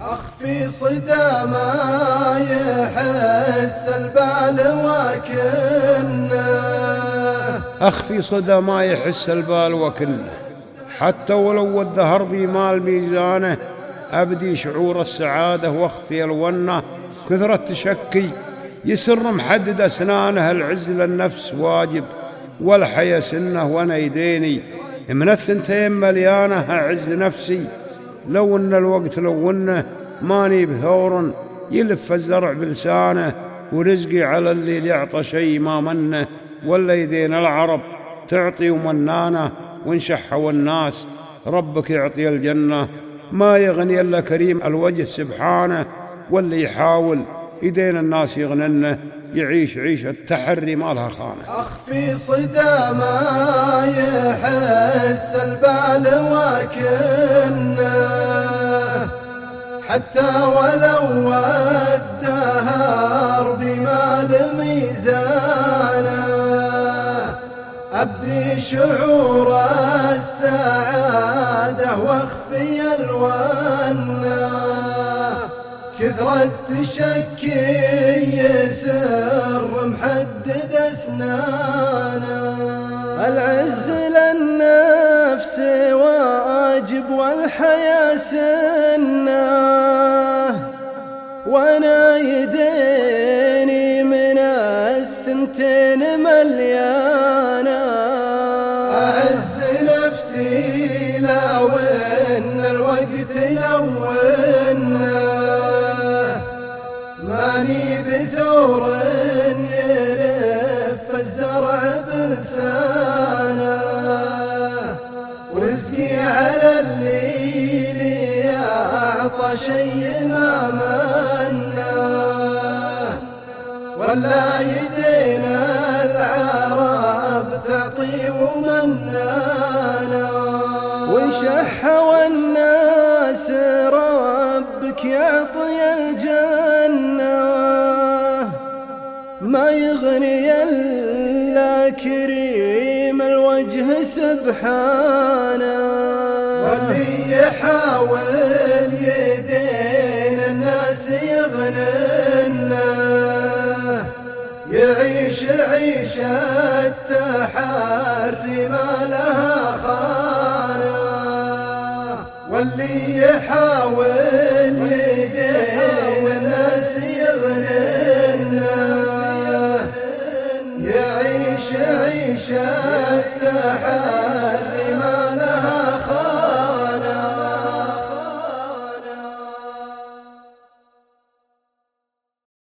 أخفي صدى ما يحس البال وكنه، أخفي صدى ما يحس البال وكنه، حتى ولو الدهر بمال ميزانه، أبدي شعور السعادة واخفي الونة. كثرة تشكي يسر محدد أسنانه، العز للنفس واجب والحيا سنه، وانا يديني من الثنتين مليانه، أعز نفسي لو ان الوقت لونه، ماني بثور يلف الزرع بلسانه، ورزقي على اللي يعطى شي ما منه، ولا يدين العرب تعطي ومنانه، وانشحوا الناس ربك يعطي الجنة، ما يغني إلا كريم الوجه سبحانه، واللي يحاول يدين الناس يغننه، يعيش عيشة التحري ما لها خانة. أخفي صدى ما يحس البال وكنه، حتى ولو الدهر بمال ميزانه، أبدي شعور السعادة واخفي الونة. كثرة تشكي يسر محدد أسنانه، العز للنفس واجب والحيا سنه، وانا يديني من الثنتين مليانه. أعز نفسي لو ان الوقت لونه، ماني بثور يلف الزرع بلسانه، ورزقي على الليل يعطى شي ما منه، ولا يدين العرب تعطي ومنانه. وانشحوا الناس ربك يعطي الجنة، ما يغني إلا كريم الوجه سبحانه، واللي يحاول يدين الناس يغننه، يعيش عيشة التحري ما لها خانة، واللي يحاول